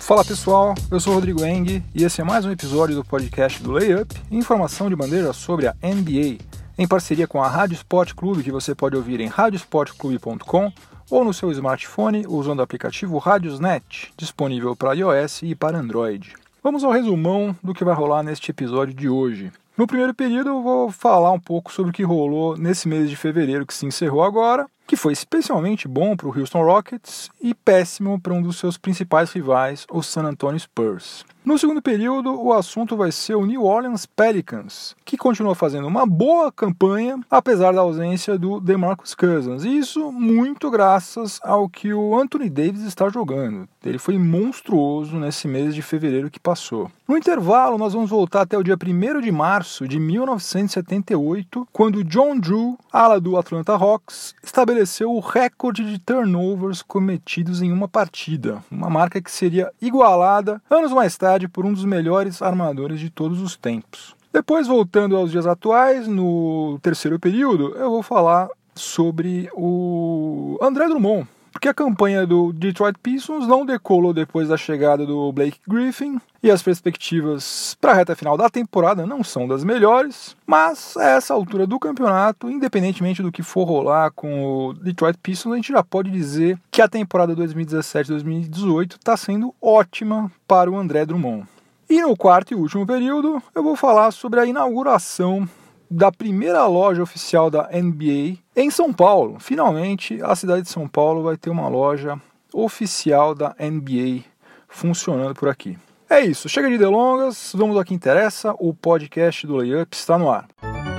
Fala pessoal, eu sou o Rodrigo Eng e esse é mais um episódio do podcast do Layup, informação de bandeja sobre a NBA, em parceria com a Rádio Sport Clube, que você pode ouvir em radiosportclube.com ou no seu smartphone usando o aplicativo Radiosnet, disponível para iOS e para Android. Vamos ao resumão do que vai rolar neste episódio de hoje. No primeiro período eu vou falar um pouco sobre o que rolou nesse mês de fevereiro que se encerrou agora, que foi especialmente bom para o Houston Rockets e péssimo para um dos seus principais rivais, o San Antonio Spurs. No segundo período, o assunto vai ser o New Orleans Pelicans, que continua fazendo uma boa campanha, apesar da ausência do DeMarcus Cousins. E isso muito graças ao que o Anthony Davis está jogando. Ele foi monstruoso nesse mês de fevereiro que passou. No intervalo, nós vamos voltar até o dia 1º de março de 1978, quando John Drew, ala do Atlanta Hawks, estabeleceu o recorde de turnovers cometidos em uma partida, uma marca que seria igualada anos mais tarde por um dos melhores armadores de todos os tempos. Depois, voltando aos dias atuais, no terceiro período, eu vou falar sobre o André Drummond, porque a campanha do Detroit Pistons não decolou depois da chegada do Blake Griffin e as perspectivas para a reta final da temporada não são das melhores, mas a essa altura do campeonato, independentemente do que for rolar com o Detroit Pistons, a gente já pode dizer que a temporada 2017-2018 está sendo ótima para o André Drummond. E no quarto e último período, eu vou falar sobre a inauguração da primeira loja oficial da NBA em São Paulo. Finalmente, a cidade de São Paulo vai ter uma loja oficial da NBA funcionando por aqui. É isso, chega de delongas, vamos ao que interessa, o podcast do Layup está no ar.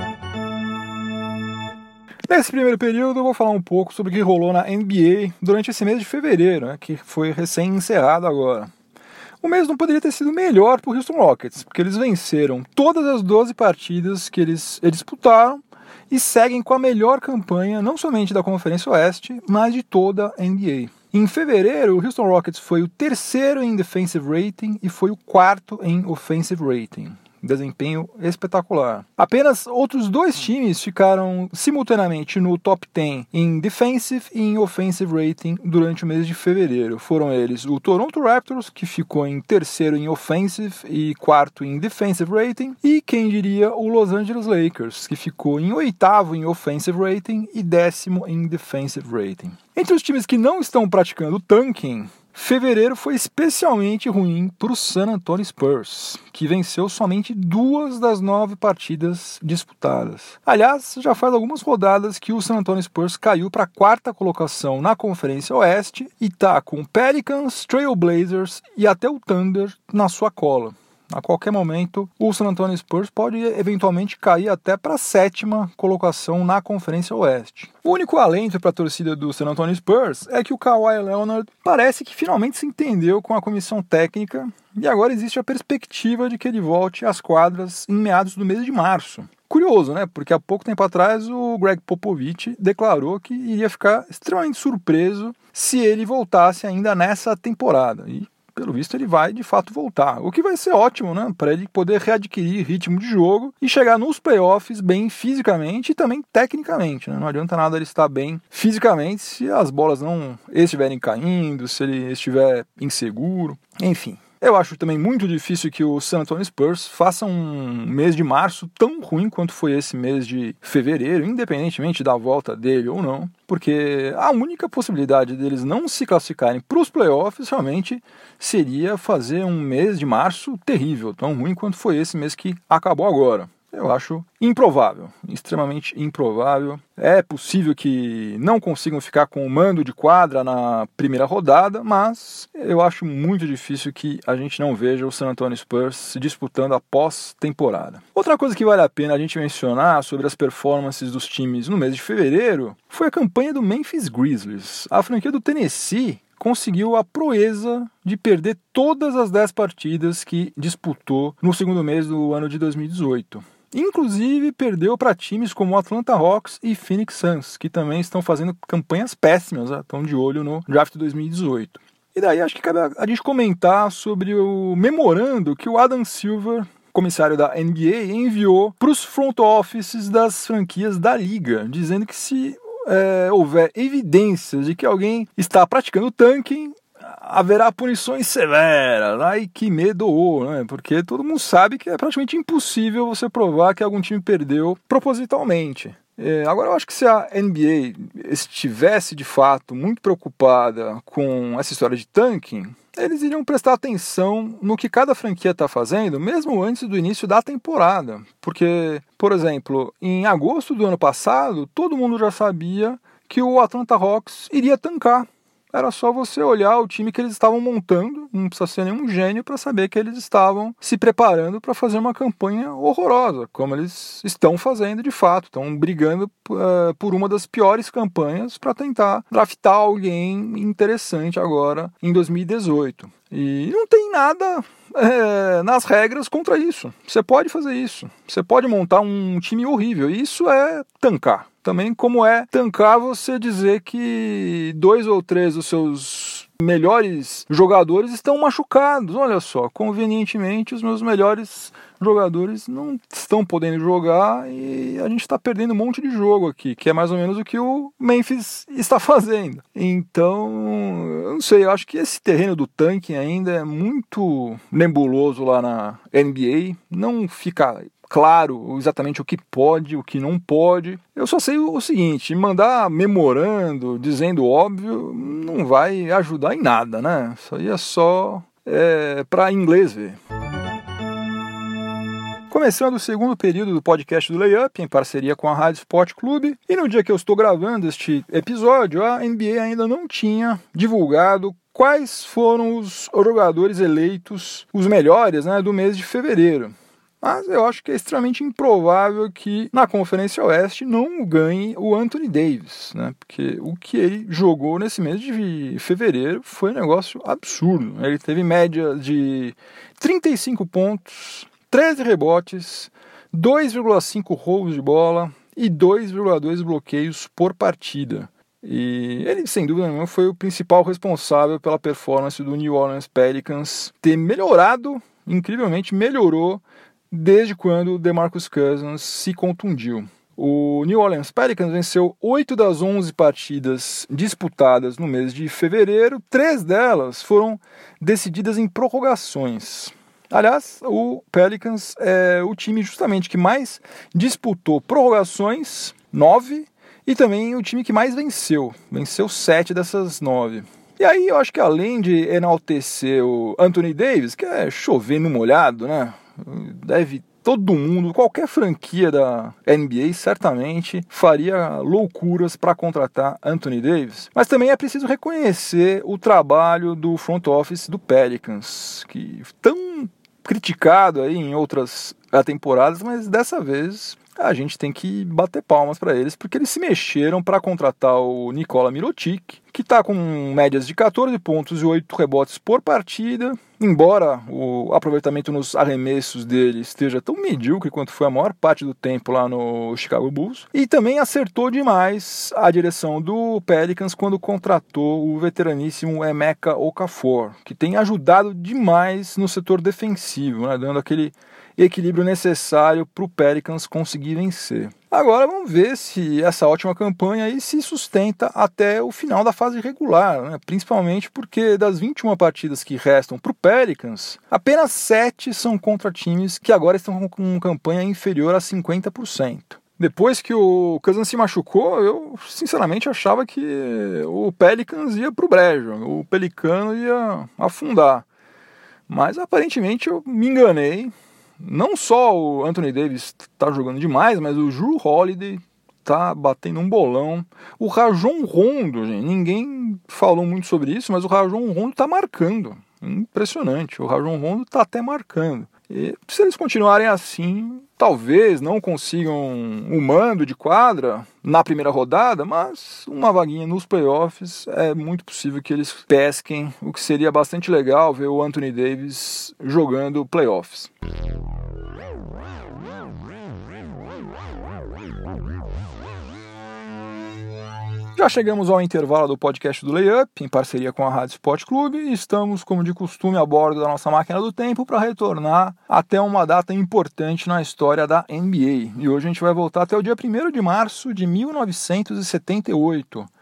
Nesse primeiro período eu vou falar um pouco sobre o que rolou na NBA durante esse mês de fevereiro, que foi recém-encerrado agora. O mês não poderia ter sido melhor para o Houston Rockets, porque eles venceram todas as 12 partidas que eles disputaram e seguem com a melhor campanha, não somente da Conferência Oeste, mas de toda a NBA. Em fevereiro, o Houston Rockets foi o terceiro em Defensive Rating e foi o quarto em Offensive Rating. Desempenho espetacular. Apenas outros dois times ficaram simultaneamente no top 10 em Defensive e em Offensive Rating durante o mês de fevereiro. Foram eles o Toronto Raptors, que ficou em terceiro em Offensive e quarto em Defensive Rating, e quem diria o Los Angeles Lakers, que ficou em oitavo em Offensive Rating e décimo em Defensive Rating. Entre os times que não estão praticando tanking, fevereiro foi especialmente ruim para o San Antonio Spurs, que venceu somente 2 das 9 partidas disputadas. Aliás, já faz algumas rodadas que o San Antonio Spurs caiu para a 4ª colocação na Conferência Oeste e está com Pelicans, Trail Blazers e até o Thunder na sua cola. A qualquer momento, o San Antonio Spurs pode eventualmente cair até para a 7ª colocação na Conferência Oeste. O único alento para a torcida do San Antonio Spurs é que o Kawhi Leonard parece que finalmente se entendeu com a comissão técnica e agora existe a perspectiva de que ele volte às quadras em meados do mês de março. Curioso, né? Porque há pouco tempo atrás o Greg Popovich declarou que iria ficar extremamente surpreso se ele voltasse ainda nessa temporada. E pelo visto ele vai de fato voltar, o que vai ser ótimo, né, para ele poder readquirir ritmo de jogo e chegar nos playoffs bem fisicamente e também tecnicamente, né? Não adianta nada ele estar bem fisicamente se as bolas não estiverem caindo, se ele estiver inseguro, enfim. Eu acho também muito difícil que o San Antonio Spurs faça um mês de março tão ruim quanto foi esse mês de fevereiro, independentemente da volta dele ou não, porque a única possibilidade deles não se classificarem para os playoffs realmente seria fazer um mês de março terrível, tão ruim quanto foi esse mês que acabou agora. Eu acho improvável, extremamente improvável. É possível que não consigam ficar com o mando de quadra na primeira rodada, mas eu acho muito difícil que a gente não veja o San Antonio Spurs se disputando a pós-temporada. Outra coisa que vale a pena a gente mencionar sobre as performances dos times no mês de fevereiro foi a campanha do Memphis Grizzlies. A franquia do Tennessee conseguiu a proeza de perder todas as 10 partidas que disputou no segundo mês do ano de 2018. Inclusive, perdeu para times como o Atlanta Hawks e Phoenix Suns, que também estão fazendo campanhas péssimas, estão de olho no draft 2018. E daí acho que cabe a gente comentar sobre o memorando que o Adam Silver, comissário da NBA, enviou para os front offices das franquias da liga, dizendo que se houver evidências de que alguém está praticando tanking, haverá punições severas, ai que medo, né? Porque todo mundo sabe que é praticamente impossível você provar que algum time perdeu propositalmente. Agora eu acho que se a NBA estivesse de fato muito preocupada com essa história de tanking, eles iriam prestar atenção no que cada franquia está fazendo, mesmo antes do início da temporada. Porque, por exemplo, em agosto do ano passado, todo mundo já sabia que o Atlanta Hawks iria tancar. Era só você olhar o time que eles estavam montando, não precisa ser nenhum gênio para saber que eles estavam se preparando para fazer uma campanha horrorosa, como eles estão fazendo de fato. Estão brigando por uma das piores campanhas para tentar draftar alguém interessante agora em 2018. E não tem nada nas regras contra isso. Você pode fazer isso. Você pode montar um time horrível. Isso é tancar. Também como é tancar você dizer que 2 ou 3 dos seus melhores jogadores estão machucados. Olha só, convenientemente os meus melhores jogadores não estão podendo jogar e a gente está perdendo um monte de jogo aqui, que é mais ou menos o que o Memphis está fazendo. Então, eu não sei, eu acho que esse terreno do tanking ainda é muito nebuloso lá na NBA, não fica claro exatamente o que pode, o que não pode. Eu só sei o seguinte, mandar memorando, dizendo óbvio, não vai ajudar em nada, né? Isso aí é só para inglês ver. Começando o segundo período do podcast do Layup, em parceria com a Rádio Sport Clube, e no dia que eu estou gravando este episódio, a NBA ainda não tinha divulgado quais foram os jogadores eleitos, os melhores, né, do mês de fevereiro. Mas eu acho que é extremamente improvável que na Conferência Oeste não ganhe o Anthony Davis, né? Porque o que ele jogou nesse mês de fevereiro foi um negócio absurdo. Ele teve média de 35 pontos, 13 rebotes, 2,5 roubos de bola e 2,2 bloqueios por partida. E ele, sem dúvida nenhuma, foi o principal responsável pela performance do New Orleans Pelicans ter melhorado, incrivelmente melhorou, desde quando o DeMarcus Cousins se contundiu. O New Orleans Pelicans venceu 8 das 11 partidas disputadas no mês de fevereiro, 3 delas foram decididas em prorrogações. Aliás, o Pelicans é o time justamente que mais disputou prorrogações, 9, e também o time que mais venceu 7 dessas 9. E aí eu acho que além de enaltecer o Anthony Davis, que é chover no molhado, né? Deve todo mundo, qualquer franquia da NBA certamente faria loucuras para contratar Anthony Davis. Mas também é preciso reconhecer o trabalho do front office do Pelicans, que tão criticado aí em outras temporadas, mas dessa vez a gente tem que bater palmas para eles, porque eles se mexeram para contratar o Nikola Mirotic, que está com médias de 14 pontos e 8 rebotes por partida, embora o aproveitamento nos arremessos dele esteja tão medíocre quanto foi a maior parte do tempo lá no Chicago Bulls, e também acertou demais a direção do Pelicans quando contratou o veteraníssimo Emeka Okafor, que tem ajudado demais no setor defensivo, né, dando aquele equilíbrio necessário para o Pelicans conseguir vencer. Agora vamos ver se essa ótima campanha aí se sustenta até o final da fase regular, né? Principalmente porque das 21 partidas que restam para o Pelicans, apenas 7 são contra times que agora estão com campanha inferior a 50%. Depois que o Cousins se machucou, eu sinceramente achava que o Pelicans ia para o brejo, o Pelicano ia afundar. Mas aparentemente eu me enganei. Não só o Anthony Davis está jogando demais, mas o Jrue Holiday está batendo um bolão. O Rajon Rondo, gente, ninguém falou muito sobre isso, mas o Rajon Rondo está marcando. Impressionante, o Rajon Rondo está até marcando. E se eles continuarem assim, talvez não consigam um mando de quadra na primeira rodada, mas uma vaguinha nos playoffs é muito possível que eles pesquem, o que seria bastante legal ver o Anthony Davis jogando playoffs. Já chegamos ao intervalo do podcast do Layup, em parceria com a Rádio Sport Clube, e estamos, como de costume, a bordo da nossa máquina do tempo para retornar até uma data importante na história da NBA. E hoje a gente vai voltar até o dia 1º de março de 1978,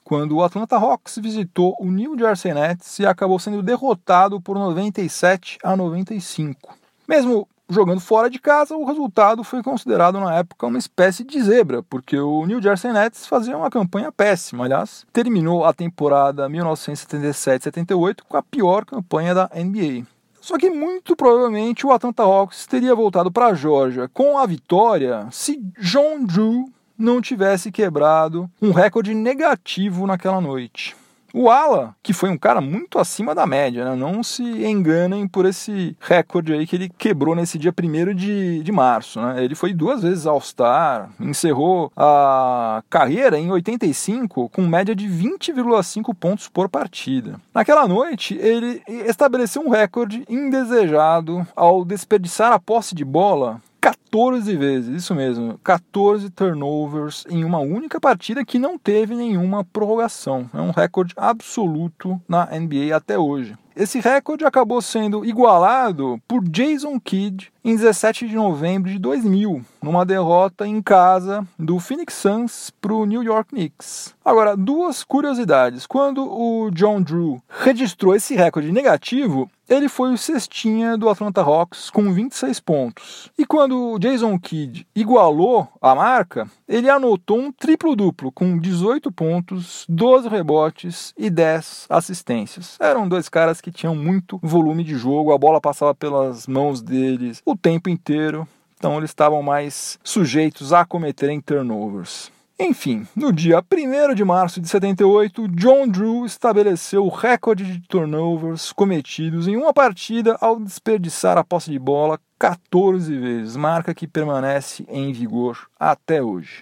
quando o Atlanta Hawks visitou o New Jersey Nets e acabou sendo derrotado por 97-95. Mesmo jogando fora de casa, o resultado foi considerado na época uma espécie de zebra, porque o New Jersey Nets fazia uma campanha péssima. Aliás, terminou a temporada 1977-78 com a pior campanha da NBA. Só que muito provavelmente o Atlanta Hawks teria voltado para a Geórgia com a vitória se John Drew não tivesse quebrado um recorde negativo naquela noite. O ala, que foi um cara muito acima da média, né? Não se enganem por esse recorde aí que ele quebrou nesse dia 1º de março, né? Ele foi 2 vezes All-Star, encerrou a carreira em 85 com média de 20,5 pontos por partida. Naquela noite, ele estabeleceu um recorde indesejado ao desperdiçar a posse de bola 14 vezes, isso mesmo, 14 turnovers em uma única partida que não teve nenhuma prorrogação. É um recorde absoluto na NBA até hoje. Esse recorde acabou sendo igualado por Jason Kidd em 17 de novembro de 2000, numa derrota em casa do Phoenix Suns para o New York Knicks. Agora, 2 curiosidades. Quando o John Drew registrou esse recorde negativo, ele foi o cestinha do Atlanta Hawks com 26 pontos. E quando o Jason Kidd igualou a marca, ele anotou um triplo-duplo com 18 pontos, 12 rebotes e 10 assistências. Eram 2 caras que tinham muito volume de jogo, a bola passava pelas mãos deles o tempo inteiro, então eles estavam mais sujeitos a cometerem turnovers. Enfim, no dia 1º de março de 78, John Drew estabeleceu o recorde de turnovers cometidos em uma partida ao desperdiçar a posse de bola 14 vezes, marca que permanece em vigor até hoje.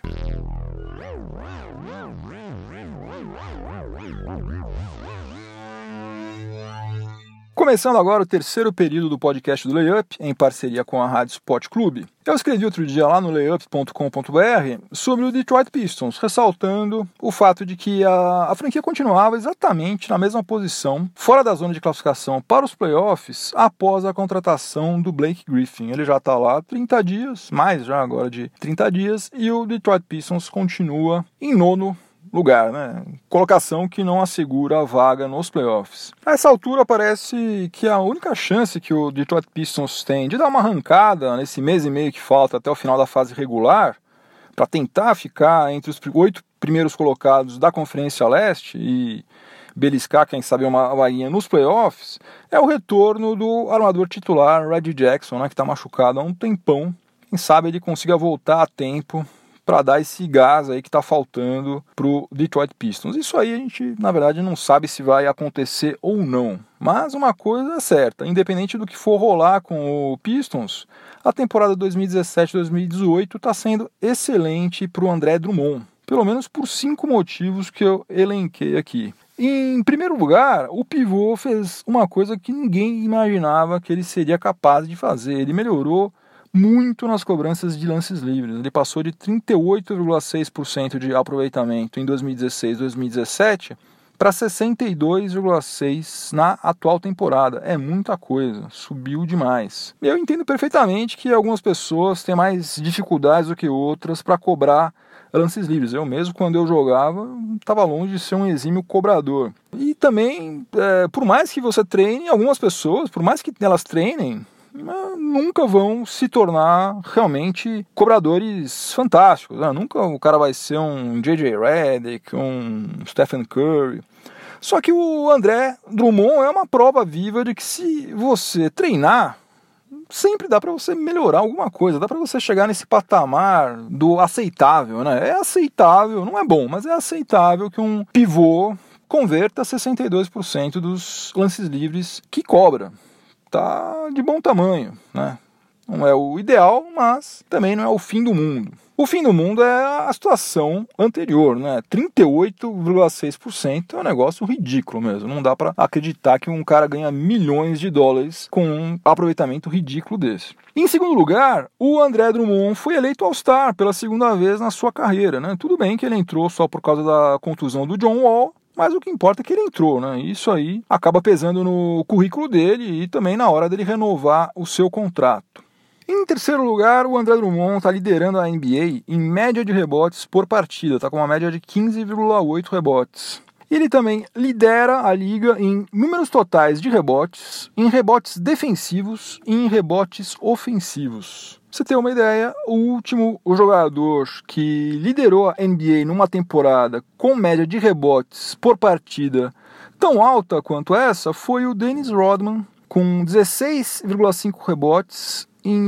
Começando agora o 3º período do podcast do Layup, em parceria com a Rádio Sport Clube. Eu escrevi outro dia lá no layup.com.br sobre o Detroit Pistons, ressaltando o fato de que a franquia continuava exatamente na mesma posição, fora da zona de classificação para os playoffs, após a contratação do Blake Griffin. Ele já está lá há 30 dias, mais já agora de 30 dias, e o Detroit Pistons continua em 9º lugar, né? Colocação que não assegura a vaga nos playoffs. A essa altura parece que a única chance que o Detroit Pistons tem de dar uma arrancada nesse mês e meio que falta até o final da fase regular, para tentar ficar entre os 8 primeiros colocados da Conferência Leste e beliscar, quem sabe, uma vaguinha nos playoffs, é o retorno do armador titular Reggie Jackson, né, que está machucado há um tempão. Quem sabe ele consiga voltar a tempo para dar esse gás aí que está faltando para o Detroit Pistons. Isso aí a gente, na verdade, não sabe se vai acontecer ou não. Mas uma coisa é certa, independente do que for rolar com o Pistons, a temporada 2017-2018 está sendo excelente para o André Drummond. Pelo menos por 5 motivos que eu elenquei aqui. Em primeiro lugar, o pivô fez uma coisa que ninguém imaginava que ele seria capaz de fazer. Ele melhorou muito nas cobranças de lances livres. Ele passou de 38,6% de aproveitamento em 2016-2017 para 62,6% na atual temporada. É muita coisa, subiu demais. Eu entendo perfeitamente que algumas pessoas têm mais dificuldades do que outras para cobrar lances livres. Eu mesmo, quando eu jogava, estava longe de ser um exímio cobrador. E também, por mais que você treine, algumas pessoas, por mais que elas treinem, nunca vão se tornar realmente cobradores fantásticos, né? Nunca o cara vai ser um J.J. Redick, um Stephen Curry. Só que o André Drummond é uma prova viva de que se você treinar, sempre dá para você melhorar alguma coisa, dá para você chegar nesse patamar do aceitável, né? É aceitável, não é bom, mas é aceitável que um pivô converta 62% dos lances livres que cobra. Tá de bom tamanho, né? Não é o ideal, mas também não é o fim do mundo. O fim do mundo é a situação anterior, né? 38,6% é um negócio ridículo mesmo. Não dá para acreditar que um cara ganha milhões de dólares com um aproveitamento ridículo desse. Em segundo lugar, o André Drummond foi eleito All-Star pela 2ª vez na sua carreira, né? Tudo bem que ele entrou só por causa da contusão do John Wall, mas o que importa é que ele entrou, né? Isso aí acaba pesando no currículo dele e também na hora dele renovar o seu contrato. Em terceiro lugar, o André Drummond está liderando a NBA em média de rebotes por partida, está com uma média de 15,8 rebotes. Ele também lidera a liga em números totais de rebotes, em rebotes defensivos e em rebotes ofensivos. Pra você ter uma ideia, o último jogador que liderou a NBA numa temporada com média de rebotes por partida tão alta quanto essa foi o Dennis Rodman, com 16,5 rebotes em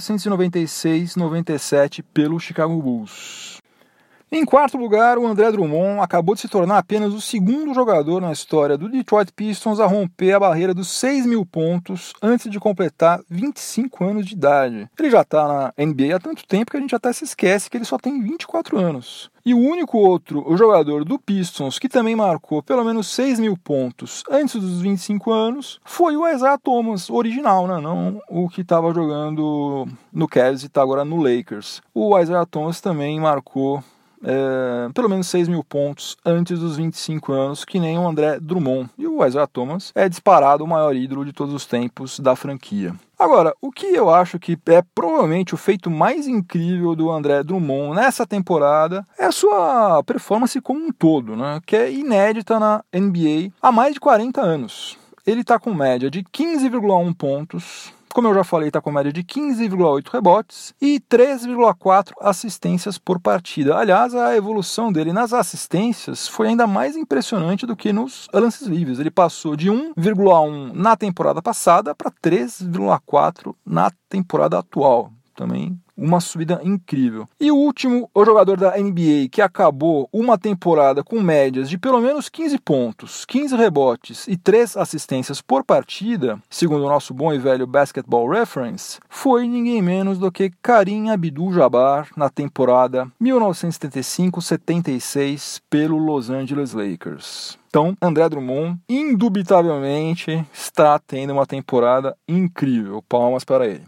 1996-97 pelo Chicago Bulls. Em quarto lugar, o André Drummond acabou de se tornar apenas o segundo jogador na história do Detroit Pistons a romper a barreira dos 6.000 pontos antes de completar 25 anos de idade. Ele já está na NBA há tanto tempo que a gente até se esquece que ele só tem 24 anos. E o único outro jogador do Pistons que também marcou pelo menos 6.000 pontos antes dos 25 anos foi o Isaiah Thomas, original, né? Não o que estava jogando no Cavs e está agora no Lakers. O Isaiah Thomas também marcou pelo menos 6.000 pontos antes dos 25 anos, que nem o André Drummond. E o Isaiah Thomas é disparado o maior ídolo de todos os tempos da franquia. Agora, o que eu acho que é provavelmente o feito mais incrível do André Drummond nessa temporada é a sua performance como um todo, né? Que é inédita na NBA há mais de 40 anos. Ele está com média de 15,1 pontos, como eu já falei, está com média de 15,8 rebotes e 3,4 assistências por partida. Aliás, a evolução dele nas assistências foi ainda mais impressionante do que nos lances livres. Ele passou de 1,1 na temporada passada para 3,4 na temporada atual. Também uma subida incrível. E o último, o jogador da NBA que acabou uma temporada com médias de pelo menos 15 pontos, 15 rebotes e 3 assistências por partida, segundo o nosso bom e velho Basketball Reference, foi ninguém menos do que Kareem Abdul-Jabbar na temporada 1975-76 pelo Los Angeles Lakers. Então, André Drummond, indubitavelmente, está tendo uma temporada incrível. Palmas para ele.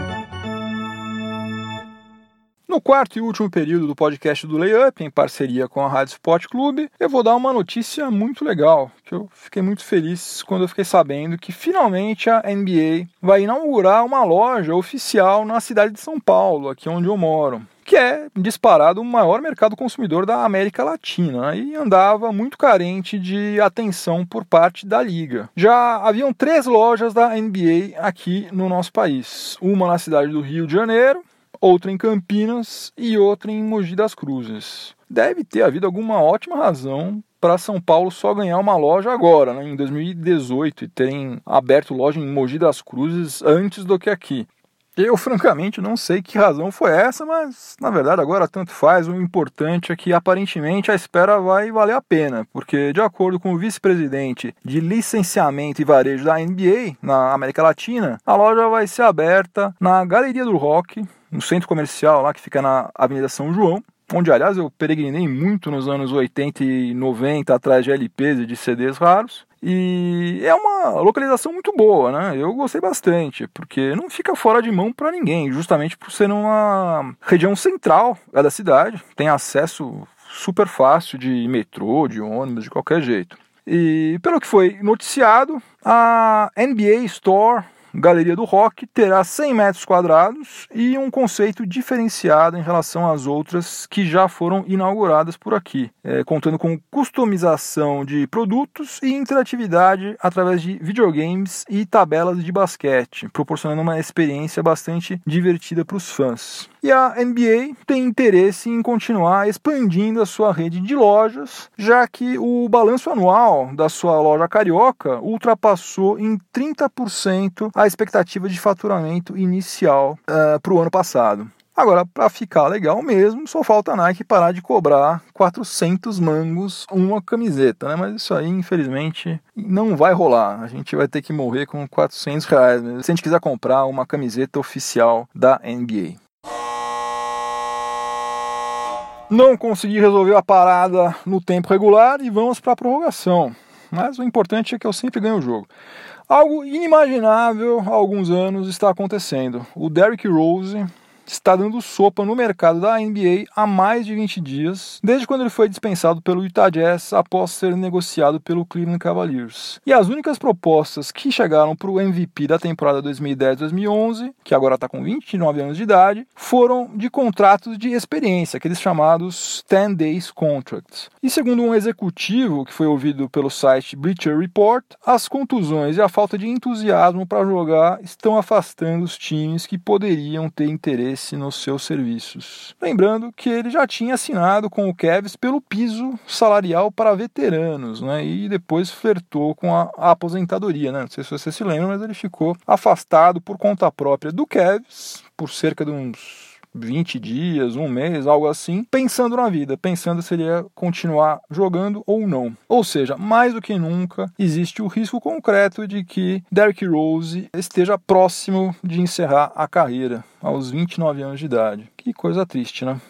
No quarto e último período do podcast do Layup, em parceria com a Rádio Sport Clube, eu vou dar uma notícia muito legal, que eu fiquei muito feliz quando eu fiquei sabendo que finalmente a NBA vai inaugurar uma loja oficial na cidade de São Paulo, aqui onde eu moro, que é disparado o maior mercado consumidor da América Latina e andava muito carente de atenção por parte da liga. Já haviam 3 lojas da NBA aqui no nosso país, uma na cidade do Rio de Janeiro, outra em Campinas e outra em Mogi das Cruzes. Deve ter havido alguma ótima razão para São Paulo só ganhar uma loja agora, né, em 2018, e terem aberto loja em Mogi das Cruzes antes do que aqui. Eu, francamente, não sei que razão foi essa, mas, na verdade, agora tanto faz. O importante é que, aparentemente, a espera vai valer a pena, porque, de acordo com o vice-presidente de licenciamento e varejo da NBA, na América Latina, a loja vai ser aberta na Galeria do Rock, no centro comercial lá que fica na Avenida São João, onde, aliás, eu peregrinei muito nos anos 80 e 90 atrás de LPs e de CDs raros. E é uma localização muito boa, né? Eu gostei bastante, porque não fica fora de mão para ninguém, justamente por ser uma região central da cidade, tem acesso super fácil de metrô, de ônibus, de qualquer jeito. E pelo que foi noticiado, a NBA Store Galeria do Rock terá 100 metros quadrados e um conceito diferenciado em relação às outras que já foram inauguradas por aqui, contando com customização de produtos e interatividade através de videogames e tabelas de basquete, proporcionando uma experiência bastante divertida para os fãs. E a NBA tem interesse em continuar expandindo a sua rede de lojas, já que o balanço anual da sua loja carioca ultrapassou em 30% a expectativa de faturamento inicial para o ano passado. Agora, para ficar legal mesmo, só falta a Nike parar de cobrar 400 mangos uma camiseta, né? Mas isso aí, infelizmente, não vai rolar. A gente vai ter que morrer com R$400 se a gente quiser comprar uma camiseta oficial da NBA. Não consegui resolver a parada no tempo regular e vamos para a prorrogação. Mas o importante é que eu sempre ganho o jogo. Algo inimaginável há alguns anos está acontecendo. O Derrick Rose está dando sopa no mercado da NBA há mais de 20 dias, desde quando ele foi dispensado pelo Utah Jazz após ser negociado pelo Cleveland Cavaliers. E as únicas propostas que chegaram para o MVP da temporada 2010-2011, que agora está com 29 anos de idade, foram de contratos de experiência, aqueles chamados 10 Days Contracts. E segundo um executivo que foi ouvido pelo site Bleacher Report, as contusões e a falta de entusiasmo para jogar estão afastando os times que poderiam ter interesse nos seus serviços. Lembrando que ele já tinha assinado com o Cavs pelo piso salarial para veteranos, né? E depois flertou com a aposentadoria, né? Não sei se você se lembra, mas ele ficou afastado por conta própria do Cavs por cerca de uns 20 dias, um mês, algo assim, pensando na vida, pensando se ele ia continuar jogando ou não. Ou seja, mais do que nunca, existe o risco concreto de que Derrick Rose esteja próximo de encerrar a carreira aos 29 anos de idade. Que coisa triste, né?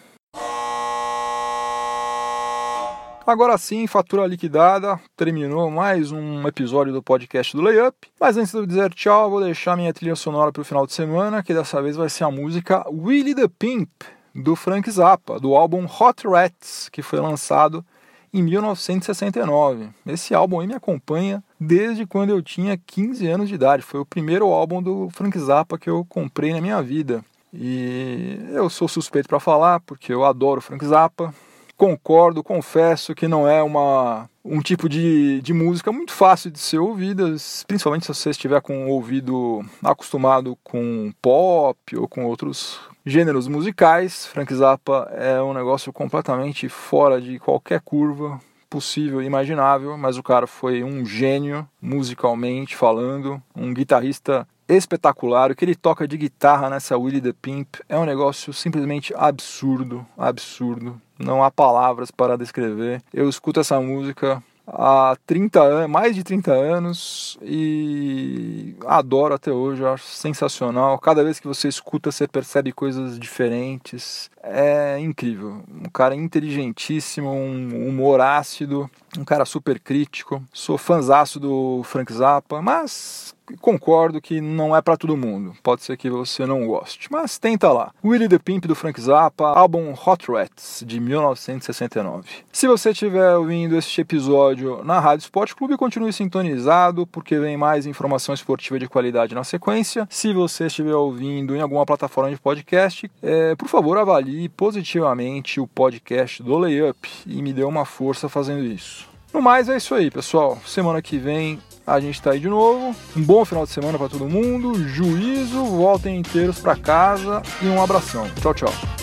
Agora sim, fatura liquidada, terminou mais um episódio do podcast do Layup. Mas antes de eu dizer tchau, vou deixar minha trilha sonora para o final de semana, que dessa vez vai ser a música Willie the Pimp, do Frank Zappa, do álbum Hot Rats, que foi lançado em 1969. Esse álbum aí me acompanha desde quando eu tinha 15 anos de idade. Foi o primeiro álbum do Frank Zappa que eu comprei na minha vida. E eu sou suspeito para falar, porque eu adoro Frank Zappa. Concordo, confesso que não é um tipo de música muito fácil de ser ouvida, principalmente se você estiver com o ouvido acostumado com pop ou com outros gêneros musicais. Frank Zappa é um negócio completamente fora de qualquer curva possível e imaginável, mas o cara foi um gênio musicalmente falando, um guitarrista espetacular. O que ele toca de guitarra nessa Willie the Pimp é um negócio simplesmente absurdo. Não há palavras para descrever. Eu escuto essa música há mais de 30 anos e adoro até hoje, eu acho sensacional. Cada vez que você escuta, você percebe coisas diferentes. É incrível. Um cara inteligentíssimo, um humor ácido, um cara super crítico. Sou fãzaço do Frank Zappa, mas concordo que não é pra todo mundo. Pode ser que você não goste, mas tenta lá. Willie the Pimp do Frank Zappa, álbum Hot Rats, de 1969. Se você estiver ouvindo este episódio na Rádio Sport Clube, continue sintonizado, porque vem mais informação esportiva de qualidade na sequência. Se você estiver ouvindo em alguma plataforma de podcast, por favor, avalie positivamente o podcast do Layup e me dê uma força fazendo isso. No mais, é isso aí, pessoal. Semana que vem a gente tá aí de novo. Um bom final de semana para todo mundo. Juízo, voltem inteiros para casa e um abração. Tchau, tchau.